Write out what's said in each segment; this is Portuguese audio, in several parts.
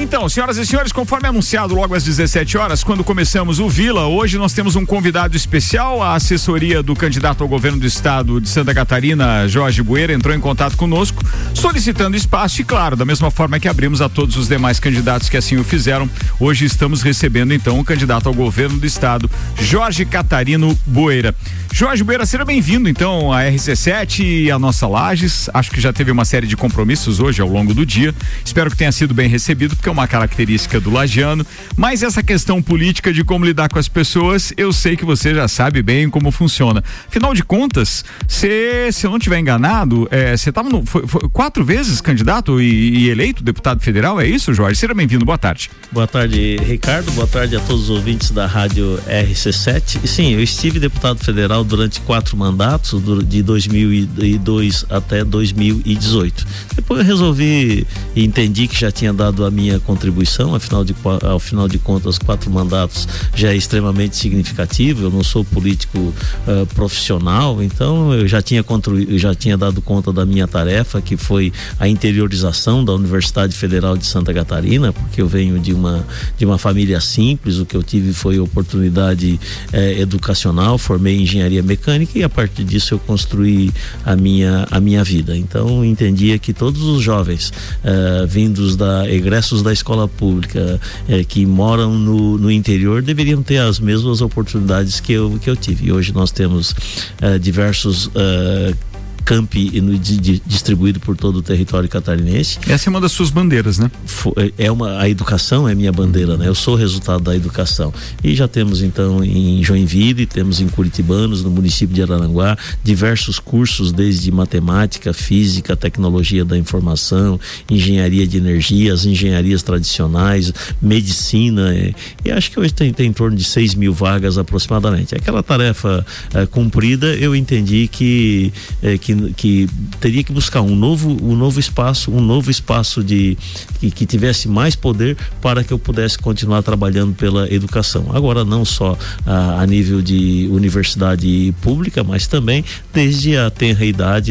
Então, senhoras e senhores, conforme anunciado logo às 17 horas, quando começamos o Vila, hoje nós temos um convidado especial. A assessoria do candidato ao governo do estado de Santa Catarina, Jorge Bueira, entrou em contato conosco, solicitando espaço e, claro, da mesma forma que abrimos a todos os demais candidatos que assim o fizeram, hoje estamos recebendo então o candidato ao governo do estado, Jorge Catarino Bueira. Jorge Bueira, seja bem-vindo então à RC7 e à nossa Lages. Acho que já teve uma série de compromissos hoje ao longo do dia. Espero que tenha sido bem recebido, porque é uma característica do lagiano, mas essa questão política de como lidar com as pessoas, eu sei que você já sabe bem como funciona. Afinal de contas, se eu não estiver enganado, você estava foi 4 vezes candidato e eleito deputado federal, é isso, Jorge? Seja bem-vindo, boa tarde. Boa tarde, Ricardo, boa tarde a todos os ouvintes da rádio RC7. Sim, eu estive deputado federal durante 4 mandatos, de 2002 até 2018. Depois eu resolvi e entendi que já tinha dado a minha contribuição, ao final de contas 4 mandatos já é extremamente significativo. Eu não sou político profissional, então eu já tinha dado conta da minha tarefa, que foi a interiorização da Universidade Federal de Santa Catarina, porque eu venho de uma família simples. O que eu tive foi oportunidade educacional, formei em engenharia mecânica e a partir disso eu construí a minha vida. Então entendia que todos os jovens egressos da escola pública que moram no interior deveriam ter as mesmas oportunidades que eu tive. E hoje nós temos diversos campi distribuído por todo o território catarinense. Essa é uma das suas bandeiras, né? A educação é minha bandeira, né? Eu sou resultado da educação. E já temos então em Joinville, temos em Curitibanos, no município de Araranguá, diversos cursos, desde matemática, física, tecnologia da informação, engenharia de energia, as engenharias tradicionais, medicina, e acho que hoje tem em torno de 6.000 vagas aproximadamente. Aquela tarefa cumprida, eu entendi que teria que buscar um novo espaço que tivesse mais poder para que eu pudesse continuar trabalhando pela educação. Agora, não só a nível de universidade pública, mas também desde a tenra idade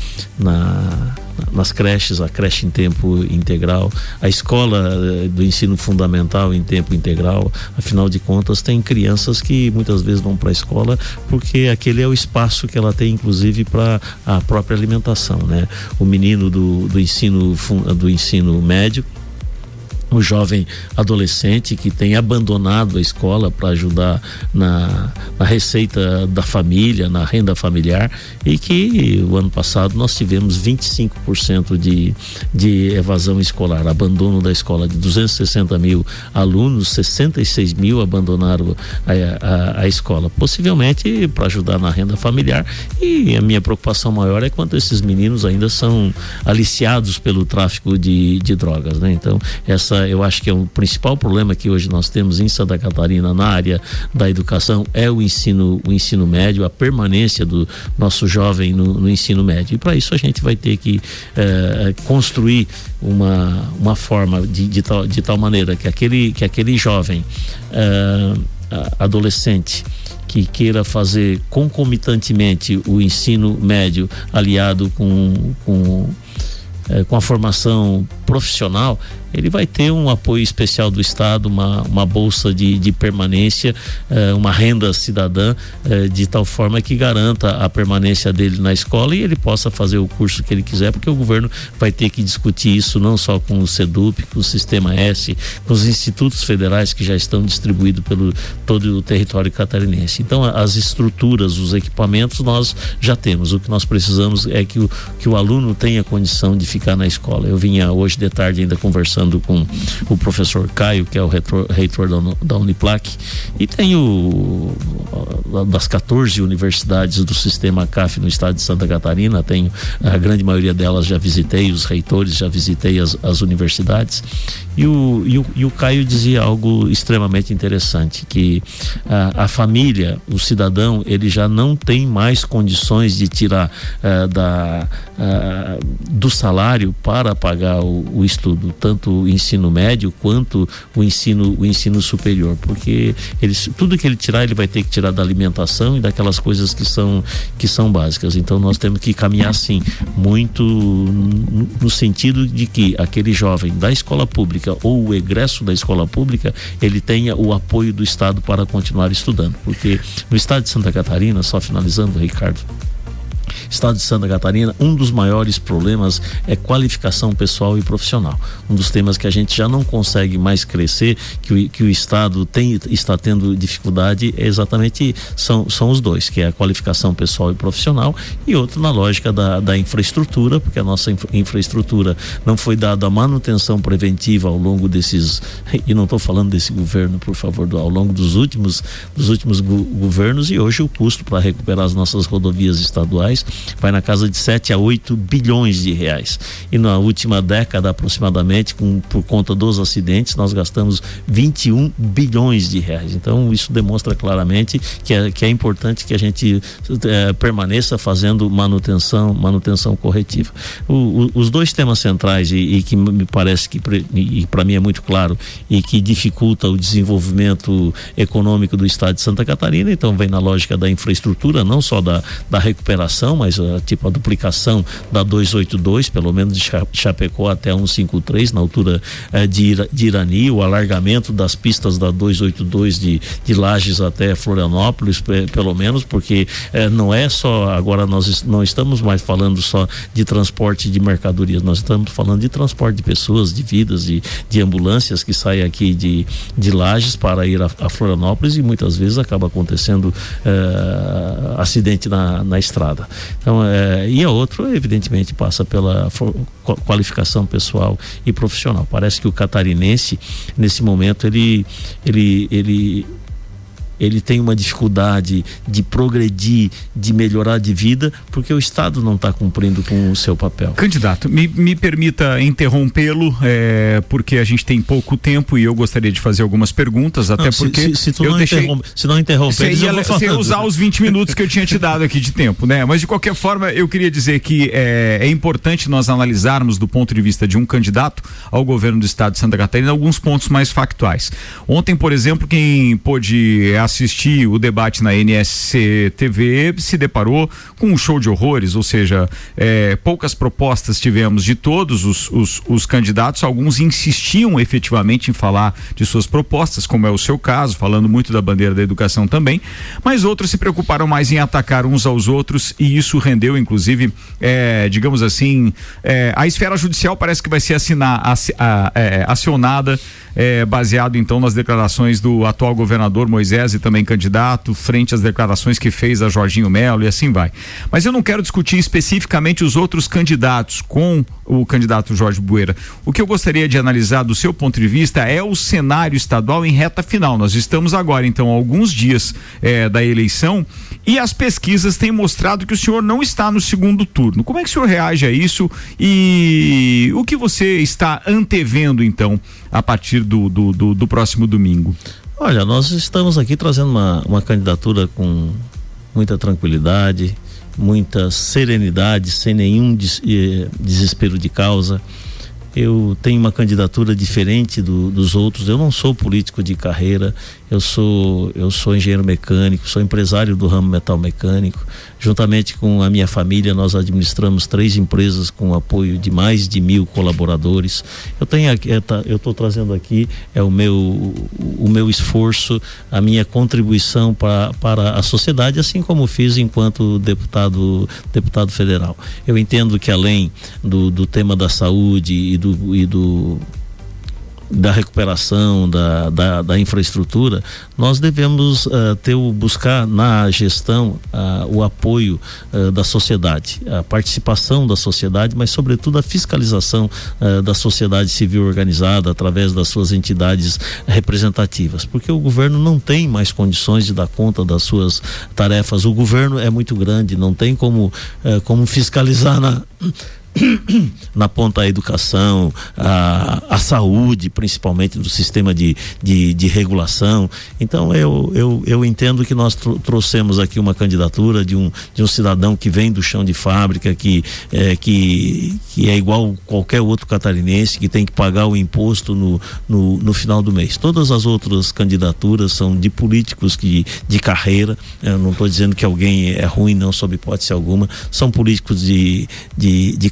nas creches, a creche em tempo integral, a escola do ensino fundamental em tempo integral. Afinal de contas, tem crianças que muitas vezes vão para a escola porque aquele é o espaço que ela tem, inclusive, para a própria alimentação, né? O menino do ensino médio, o jovem adolescente que tem abandonado a escola para ajudar na receita da família, na renda familiar, e que o ano passado nós tivemos 25% de evasão escolar, abandono da escola. De 260 mil alunos, 66 mil abandonaram a escola, possivelmente para ajudar na renda familiar. E a minha preocupação maior é quando esses meninos ainda são aliciados pelo tráfico de drogas, né? Então eu acho que é o principal problema que hoje nós temos em Santa Catarina na área da educação, é o ensino médio, a permanência do nosso jovem no ensino médio. E para isso a gente vai ter que construir uma forma de tal maneira que aquele jovem adolescente que queira fazer concomitantemente o ensino médio aliado com a formação profissional, ele vai ter um apoio especial do Estado, uma bolsa de permanência, uma renda cidadã, de tal forma que garanta a permanência dele na escola e ele possa fazer o curso que ele quiser, porque o governo vai ter que discutir isso não só com o SEDUP, com o Sistema S, com os institutos federais que já estão distribuídos pelo todo o território catarinense. Então as estruturas, os equipamentos nós já temos. O que nós precisamos é que o aluno tenha condição de ficar na escola. Eu vinha hoje de tarde ainda conversando com o professor Caio, que é o reitor da Uniplac, e tenho das 14 universidades do sistema CAF no estado de Santa Catarina, a grande maioria delas já visitei, os reitores, já visitei as universidades, e o Caio dizia algo extremamente interessante, que a família, o cidadão, ele já não tem mais condições de tirar do salário para pagar o estudo, tanto o ensino médio quanto o ensino superior, porque tudo que ele tirar, ele vai ter que tirar da alimentação e daquelas coisas que são básicas. Então nós temos que caminhar sim muito no sentido de que aquele jovem da escola pública pública ou o egresso da escola pública, ele tenha o apoio do Estado para continuar estudando, porque no estado de Santa Catarina, só finalizando, Ricardo, estado de Santa Catarina, um dos maiores problemas é qualificação pessoal e profissional. Um dos temas que a gente já não consegue mais crescer, que o estado está tendo dificuldade, é exatamente são os dois, que é a qualificação pessoal e profissional, e outro na lógica da infraestrutura, porque a nossa infraestrutura não foi dada a manutenção preventiva ao longo desses, e não estou falando desse governo, por favor, ao longo dos últimos governos, e hoje o custo para recuperar as nossas rodovias estaduais vai na casa de 7 a 8 bilhões de reais. E na última década, aproximadamente, por conta dos acidentes, nós gastamos 21 bilhões de reais. Então, isso demonstra claramente que é importante que a gente permaneça fazendo manutenção corretiva. Os dois temas centrais e que me parece que, e para mim é muito claro, e que dificulta o desenvolvimento econômico do estado de Santa Catarina, então vem na lógica da infraestrutura, não só da recuperação, mas tipo a duplicação da 282, pelo menos de Chapecó até 153, na altura de Irani, o alargamento das pistas da 282 de Lages até Florianópolis, pelo menos, porque não é só, agora nós não estamos mais falando só de transporte de mercadorias, nós estamos falando de transporte de pessoas, de vidas, de ambulâncias que saem aqui de Lages para ir a Florianópolis, e muitas vezes acaba acontecendo acidente na estrada. Então, e a outra, evidentemente, passa pela qualificação pessoal e profissional. Parece que o catarinense, nesse momento, ele tem uma dificuldade de progredir, de melhorar de vida, porque o Estado não está cumprindo com o seu papel. Candidato, me permita interrompê-lo, porque a gente tem pouco tempo e eu gostaria de fazer algumas perguntas, até não, porque se não interromper, você ia usar os 20 minutos que eu tinha te dado aqui de tempo, né? Mas de qualquer forma, eu queria dizer que é importante nós analisarmos do ponto de vista de um candidato ao governo do Estado de Santa Catarina alguns pontos mais factuais. Ontem, por exemplo, quem pôde assistir o debate na NSC-TV se deparou com um show de horrores, ou seja, poucas propostas tivemos de todos os candidatos. Alguns insistiam efetivamente em falar de suas propostas, como é o seu caso, falando muito da bandeira da educação também, mas outros se preocuparam mais em atacar uns aos outros, e isso rendeu, inclusive, digamos assim, a esfera judicial parece que vai ser acionada, baseado então nas declarações do atual governador Moisés e também candidato, frente às declarações que fez a Jorginho Melo, e assim vai. Mas eu não quero discutir especificamente os outros candidatos com o candidato Jorge Bueira. O que eu gostaria de analisar do seu ponto de vista é o cenário estadual em reta final. Nós estamos agora, então, alguns dias da eleição, e as pesquisas têm mostrado que o senhor não está no segundo turno. Como é que o senhor reage a isso e o que você está antevendo, então, a partir do próximo domingo? Olha, nós estamos aqui trazendo uma candidatura com muita tranquilidade, muita serenidade, sem nenhum desespero de causa. Eu tenho uma candidatura diferente dos outros. Eu não sou político de carreira, eu sou engenheiro mecânico, sou empresário do ramo metal mecânico. Juntamente com a minha família, nós administramos 3 empresas com apoio de mais de 1.000 colaboradores. Eu estou trazendo aqui o meu esforço, a minha contribuição para a sociedade, assim como fiz enquanto deputado federal. Eu entendo que, além do tema da saúde da recuperação da infraestrutura, nós devemos buscar na gestão o apoio da sociedade, a participação da sociedade, mas sobretudo a fiscalização da sociedade civil organizada através das suas entidades representativas, porque o governo não tem mais condições de dar conta das suas tarefas. O governo é muito grande, não tem como fiscalizar na ponta a educação, a saúde, principalmente do sistema de regulação. Então eu entendo que nós trouxemos aqui uma candidatura de um cidadão que vem do chão de fábrica, que é igual qualquer outro catarinense, que tem que pagar o imposto no final do mês. Todas as outras candidaturas são de políticos de carreira. Eu não estou dizendo que alguém é ruim, não, sob hipótese alguma. São políticos de carreira,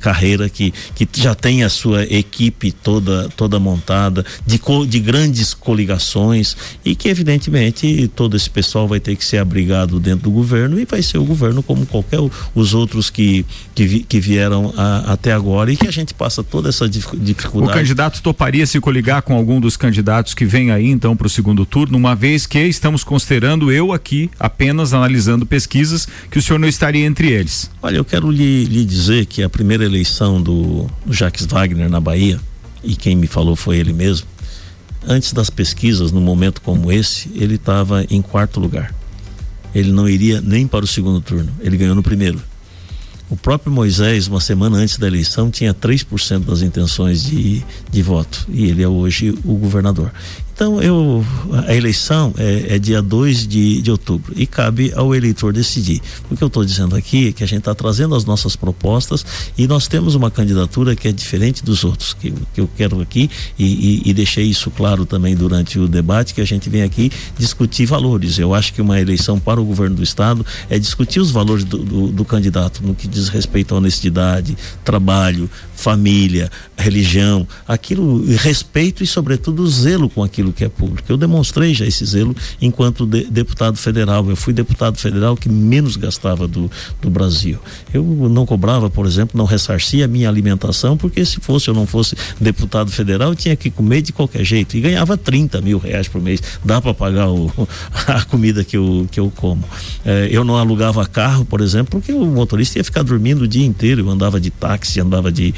carreira, que já tem a sua equipe toda montada, de grandes coligações, e que evidentemente todo esse pessoal vai ter que ser abrigado dentro do governo, e vai ser o governo como qualquer os outros que vieram até agora, e que a gente passa toda essa dificuldade. O candidato toparia se coligar com algum dos candidatos que vem aí então para o segundo turno, uma vez que estamos considerando, eu aqui apenas analisando pesquisas, que o senhor não estaria entre eles? Olha, eu quero lhe dizer que a primeira eleição do Jacques Wagner na Bahia, e quem me falou foi ele mesmo, antes das pesquisas, num momento como esse, ele estava em 4º lugar. Ele não iria nem para o segundo turno, ele ganhou no primeiro. O próprio Moisés, uma semana antes da eleição, tinha 3% das intenções de voto, e ele é hoje o governador. Então, a eleição é dia 2 de outubro, e cabe ao eleitor decidir. O que eu estou dizendo aqui é que a gente está trazendo as nossas propostas, e nós temos uma candidatura que é diferente dos outros, que eu quero aqui, e deixei isso claro também durante o debate, que a gente vem aqui discutir valores. Eu acho que uma eleição para o governo do estado é discutir os valores do candidato, no que diz respeito à honestidade, trabalho, família, religião, aquilo, respeito e sobretudo zelo com aquilo que é público. Eu demonstrei já esse zelo enquanto deputado federal. Eu fui deputado federal que menos gastava do Brasil. Eu não cobrava, por exemplo, não ressarcia a minha alimentação, porque se eu não fosse deputado federal, eu tinha que comer de qualquer jeito, e ganhava 30 mil reais por mês. Dá para pagar a comida que eu como. Eu não alugava carro, por exemplo, porque o motorista ia ficar dormindo o dia inteiro. Eu andava de táxi, andava de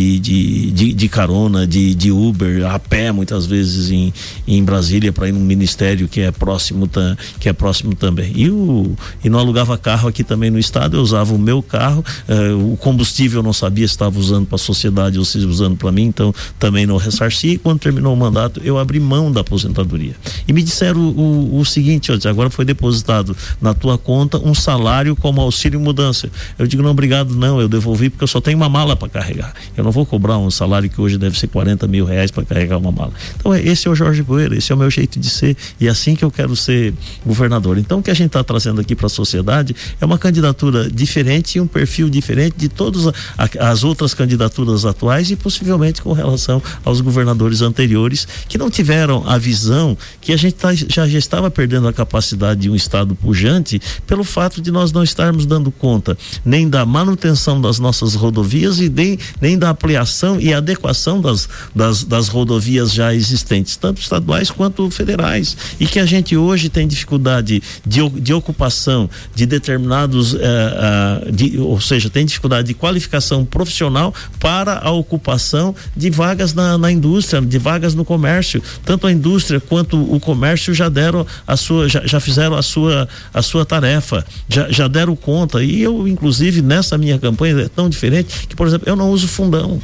carona, de Uber, a pé muitas vezes em Brasília, para ir num ministério que é próximo também. E não alugava carro aqui também no estado. Eu usava o meu carro, o combustível eu não sabia se estava usando para a sociedade ou se usando para mim, então também não ressarci. E quando terminou o mandato, eu abri mão da aposentadoria. E me disseram o seguinte: agora foi depositado na tua conta um salário como auxílio mudança. Eu digo, não, obrigado, não, eu devolvi porque eu só tenho uma mala para carregar. Eu não vou cobrar um salário que hoje deve ser 40 mil reais para carregar uma mala. Então esse é o Jorge Bueira, esse é o meu jeito de ser, e é assim que eu quero ser governador. Então o que a gente está trazendo aqui para a sociedade é uma candidatura diferente e um perfil diferente de todas as outras candidaturas atuais, e possivelmente com relação aos governadores anteriores, que não tiveram a visão que a gente já estava perdendo a capacidade de um estado pujante, pelo fato de nós não estarmos dando conta nem da manutenção das nossas rodovias e nem da ampliação e adequação das rodovias já existentes, tanto estaduais quanto federais, e que a gente hoje tem dificuldade de ocupação de determinados, ou seja, tem dificuldade de qualificação profissional para a ocupação de vagas na indústria, de vagas no comércio. Tanto a indústria quanto o comércio já fizeram a sua tarefa, já deram conta. E eu, inclusive, nessa minha campanha é tão diferente que, por exemplo, eu não uso fundão.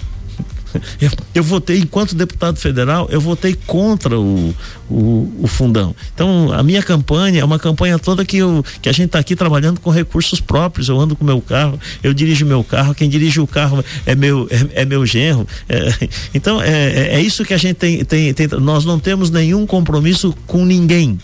Eu votei, enquanto deputado federal, eu votei contra o fundão. Então, a minha campanha é uma campanha toda que a gente está aqui trabalhando com recursos próprios. Eu ando com meu carro, eu dirijo meu carro, quem dirige o carro é meu genro. Então, é isso que a gente tem. Nós não temos nenhum compromisso com ninguém.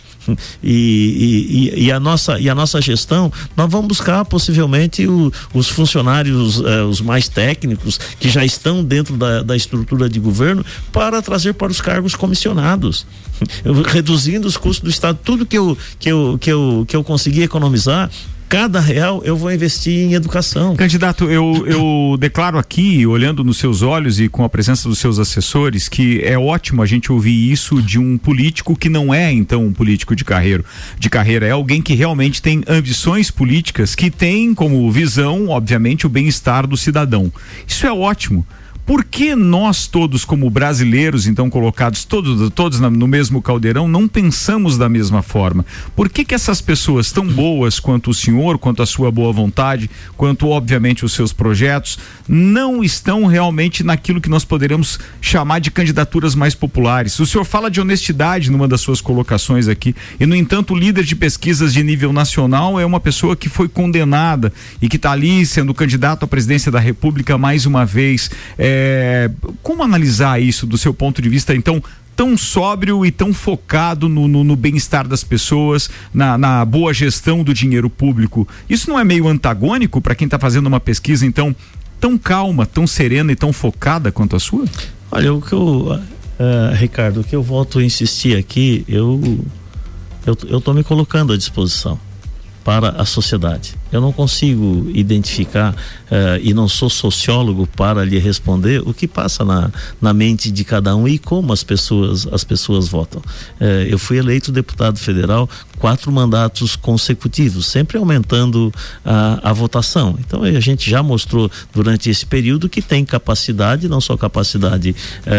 E a nossa gestão, nós vamos buscar possivelmente os funcionários, os mais técnicos, que já estão dentro da estrutura de governo, para trazer para os cargos comissionados, reduzindo os custos do estado. Tudo que eu conseguir economizar, cada real eu vou investir em educação. Candidato, eu declaro aqui, olhando nos seus olhos e com a presença dos seus assessores, que é ótimo a gente ouvir isso de um político que não é, então, um político de carreira, é alguém que realmente tem ambições políticas, que tem como visão, obviamente, o bem-estar do cidadão. Isso é ótimo. Por que nós todos, como brasileiros, então colocados todos no mesmo caldeirão, não pensamos da mesma forma? Por que essas pessoas tão boas quanto o senhor, quanto a sua boa vontade, quanto obviamente os seus projetos, não estão realmente naquilo que nós poderíamos chamar de candidaturas mais populares? O senhor fala de honestidade numa das suas colocações aqui, e no entanto o líder de pesquisas de nível nacional é uma pessoa que foi condenada e que está ali sendo candidato à presidência da República mais uma vez. Como analisar isso do seu ponto de vista, então, tão sóbrio e tão focado no bem-estar das pessoas, na boa gestão do dinheiro público? Isso não é meio antagônico para quem está fazendo uma pesquisa, então, tão calma, tão serena e tão focada quanto a sua? Olha, Ricardo, o que eu volto a insistir aqui, eu estou me colocando à disposição para a sociedade. Eu não consigo identificar e não sou sociólogo para lhe responder o que passa na mente de cada um e como as pessoas votam. Eu fui eleito deputado federal 4 mandatos consecutivos, sempre aumentando a votação. Então a gente já mostrou durante esse período que tem capacidade, não só capacidade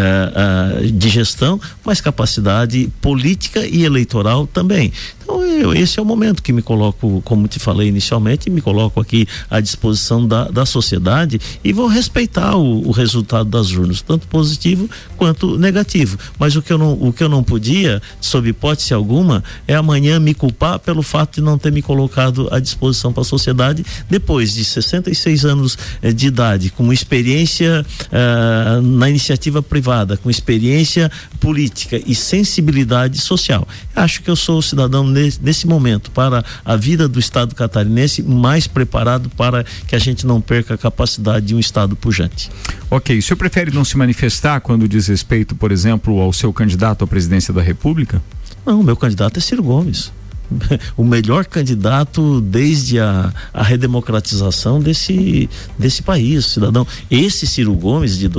de gestão, mas capacidade política e eleitoral também. Então esse é o momento que me coloco, como te falei inicialmente, me coloco aqui à disposição da sociedade e vou respeitar o resultado das urnas, tanto positivo quanto negativo. Mas o que eu não podia, sob hipótese alguma, é amanhã me culpar pelo fato de não ter me colocado à disposição para a sociedade depois de 66 anos de idade, com experiência na iniciativa privada, com experiência política e sensibilidade social. Acho que eu sou o cidadão nesse momento para a vida do estado catarinense mais preparado para que a gente não perca a capacidade de um estado pujante. Ok, o senhor prefere não se manifestar quando diz respeito, por exemplo, ao seu candidato à presidência da República? Não, meu candidato é Ciro Gomes. O melhor candidato desde a redemocratização desse país, cidadão. Esse Ciro Gomes de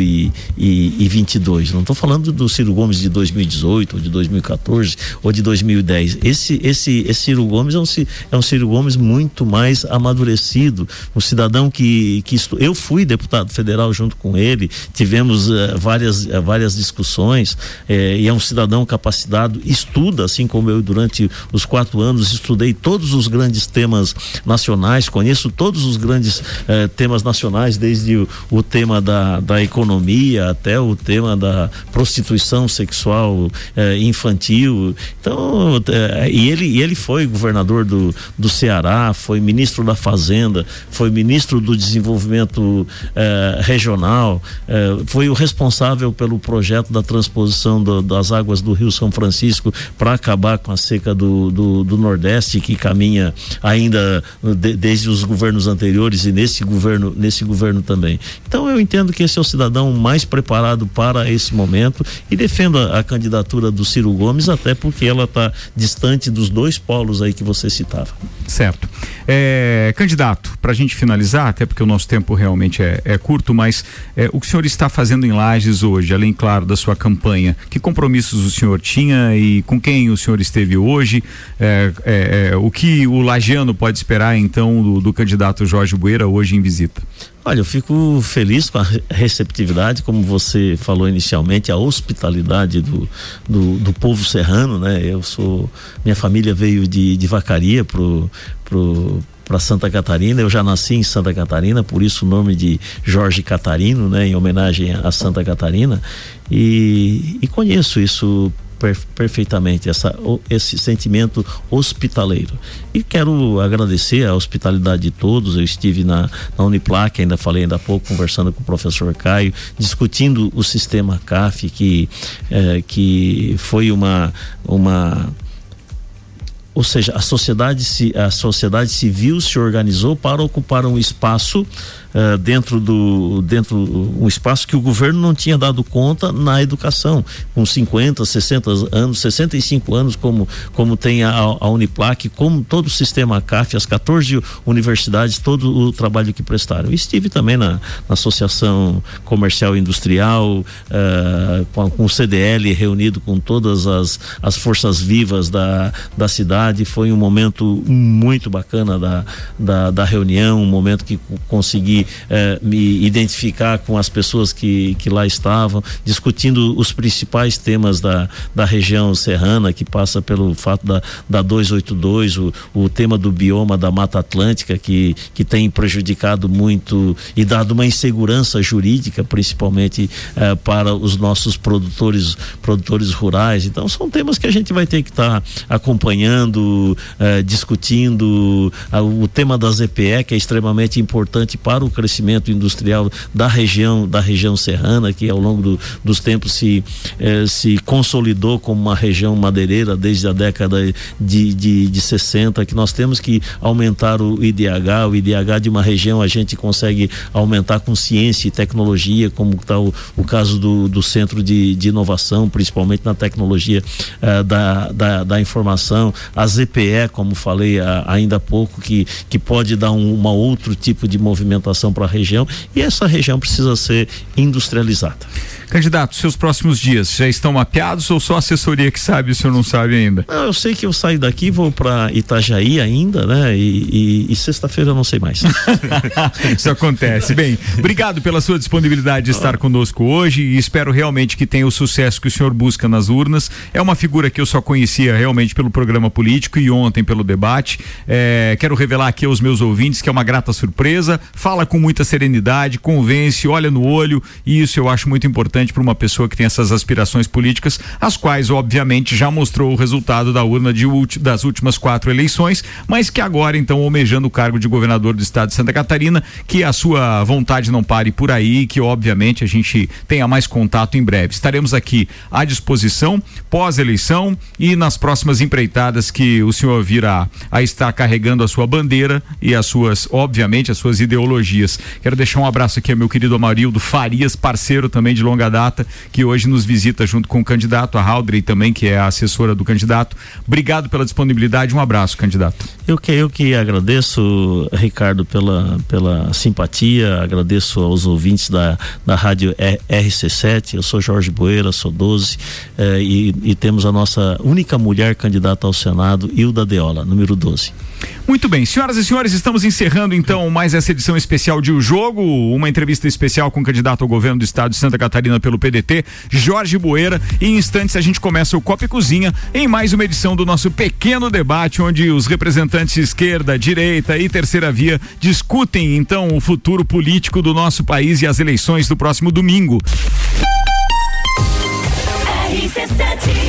2022, não estou falando do Ciro Gomes de 2018 ou de 2014 ou de 2010. Esse Ciro Gomes é um Ciro Gomes muito mais amadurecido, um cidadão que eu fui deputado federal junto com ele, tivemos várias discussões, e é um cidadão capacitado, estuda assim como eu durante os 4 anos, estudei todos os grandes temas nacionais, conheço todos os grandes temas nacionais, desde o tema da economia até o tema da prostituição sexual infantil. Então, e ele foi governador do Ceará, foi ministro da Fazenda, foi ministro do Desenvolvimento Regional, foi o responsável pelo projeto da transposição das águas do Rio São Francisco para acabar com a seca do Nordeste, que caminha ainda desde os governos anteriores e nesse governo também. Então eu entendo que esse é o cidadão mais preparado para esse momento e defendo a candidatura do Ciro Gomes, até porque ela está distante dos 2 polos aí que você citava. Certo. Candidato, para a gente finalizar, até porque o nosso tempo realmente é curto, mas o que o senhor está fazendo em Lages hoje, além, claro, da sua campanha, que compromissos o senhor tinha e com quem o senhor esteve hoje? O que o lagiano pode esperar então do candidato Jorge Bueira hoje em visita? Olha, eu fico feliz com a receptividade, como você falou inicialmente, a hospitalidade do povo serrano, né? Minha família veio de Vacaria para Santa Catarina. Eu já nasci em Santa Catarina, por isso o nome de Jorge Catarino, né? Em homenagem a Santa Catarina, e conheço isso perfeitamente, esse sentimento hospitaleiro, e quero agradecer a hospitalidade de todos. Eu estive na Uniplac, falei ainda há pouco, conversando com o professor Caio, discutindo o sistema CAF, que foi ou seja, a sociedade civil se organizou para ocupar um espaço dentro um espaço que o governo não tinha dado conta na educação, com 50, 60 anos, 65 anos, como tem a Uniplac, como todo o sistema CAF, as 14 universidades, todo o trabalho que prestaram. Estive também na Associação Comercial e Industrial, com o CDL reunido com todas as forças vivas da cidade. Foi um momento muito bacana da reunião, um momento que consegui me identificar com as pessoas que lá estavam, discutindo os principais temas da região serrana, que passa pelo fato da 282, o tema do bioma da Mata Atlântica, que tem prejudicado muito e dado uma insegurança jurídica, principalmente para os nossos produtores rurais. Então são temas que a gente vai ter que estar acompanhando, discutindo. O tema da ZPE, que é extremamente importante para o crescimento industrial da região serrana, que ao longo dos tempos se consolidou como uma região madeireira desde a década de 60, que nós temos que aumentar o IDH de uma região a gente consegue aumentar com ciência e tecnologia, como está o caso do Centro de Inovação, principalmente na tecnologia da informação, a ZPE, como falei ainda há pouco, que pode dar uma outro tipo de movimentação para a região, e essa região precisa ser industrializada. Candidato, seus próximos dias já estão mapeados ou só a assessoria que sabe, o senhor não sabe ainda? Não, eu sei que eu saio daqui, vou para Itajaí ainda, né? E sexta-feira eu não sei mais. Isso acontece. Bem, obrigado pela sua disponibilidade de estar conosco hoje e espero realmente que tenha o sucesso que o senhor busca nas urnas. É uma figura que eu só conhecia realmente pelo programa político e ontem pelo debate. Quero revelar aqui aos meus ouvintes que é uma grata surpresa, fala com muita serenidade, convence, olha no olho, e isso eu acho muito importante para uma pessoa que tem essas aspirações políticas, as quais obviamente já mostrou o resultado da urna das últimas 4 eleições, mas que agora então almejando o cargo de governador do estado de Santa Catarina, que a sua vontade não pare por aí, que obviamente a gente tenha mais contato em breve. Estaremos aqui à disposição pós-eleição e nas próximas empreitadas que o senhor virá a estar carregando a sua bandeira e as suas ideologias. Quero deixar um abraço aqui ao meu querido Amarildo Farias, parceiro também de longa data, que hoje nos visita junto com o candidato, a Haldrey também, que é a assessora do candidato. Obrigado pela disponibilidade, um abraço, candidato. Eu que agradeço, Ricardo, pela simpatia, agradeço aos ouvintes da rádio RC7, eu sou Jorge Boeira, sou 12, e temos a nossa única mulher candidata ao Senado, Hilda Deola, número 12. Muito bem, senhoras e senhores, estamos encerrando então mais essa edição especial de O Jogo, uma entrevista especial com o candidato ao governo do estado de Santa Catarina pelo PDT, Jorge Boeira, e em instantes a gente começa o Copa e Cozinha em mais uma edição do nosso pequeno debate, onde os representantes esquerda, direita e terceira via discutem então o futuro político do nosso país e as eleições do próximo domingo. RC7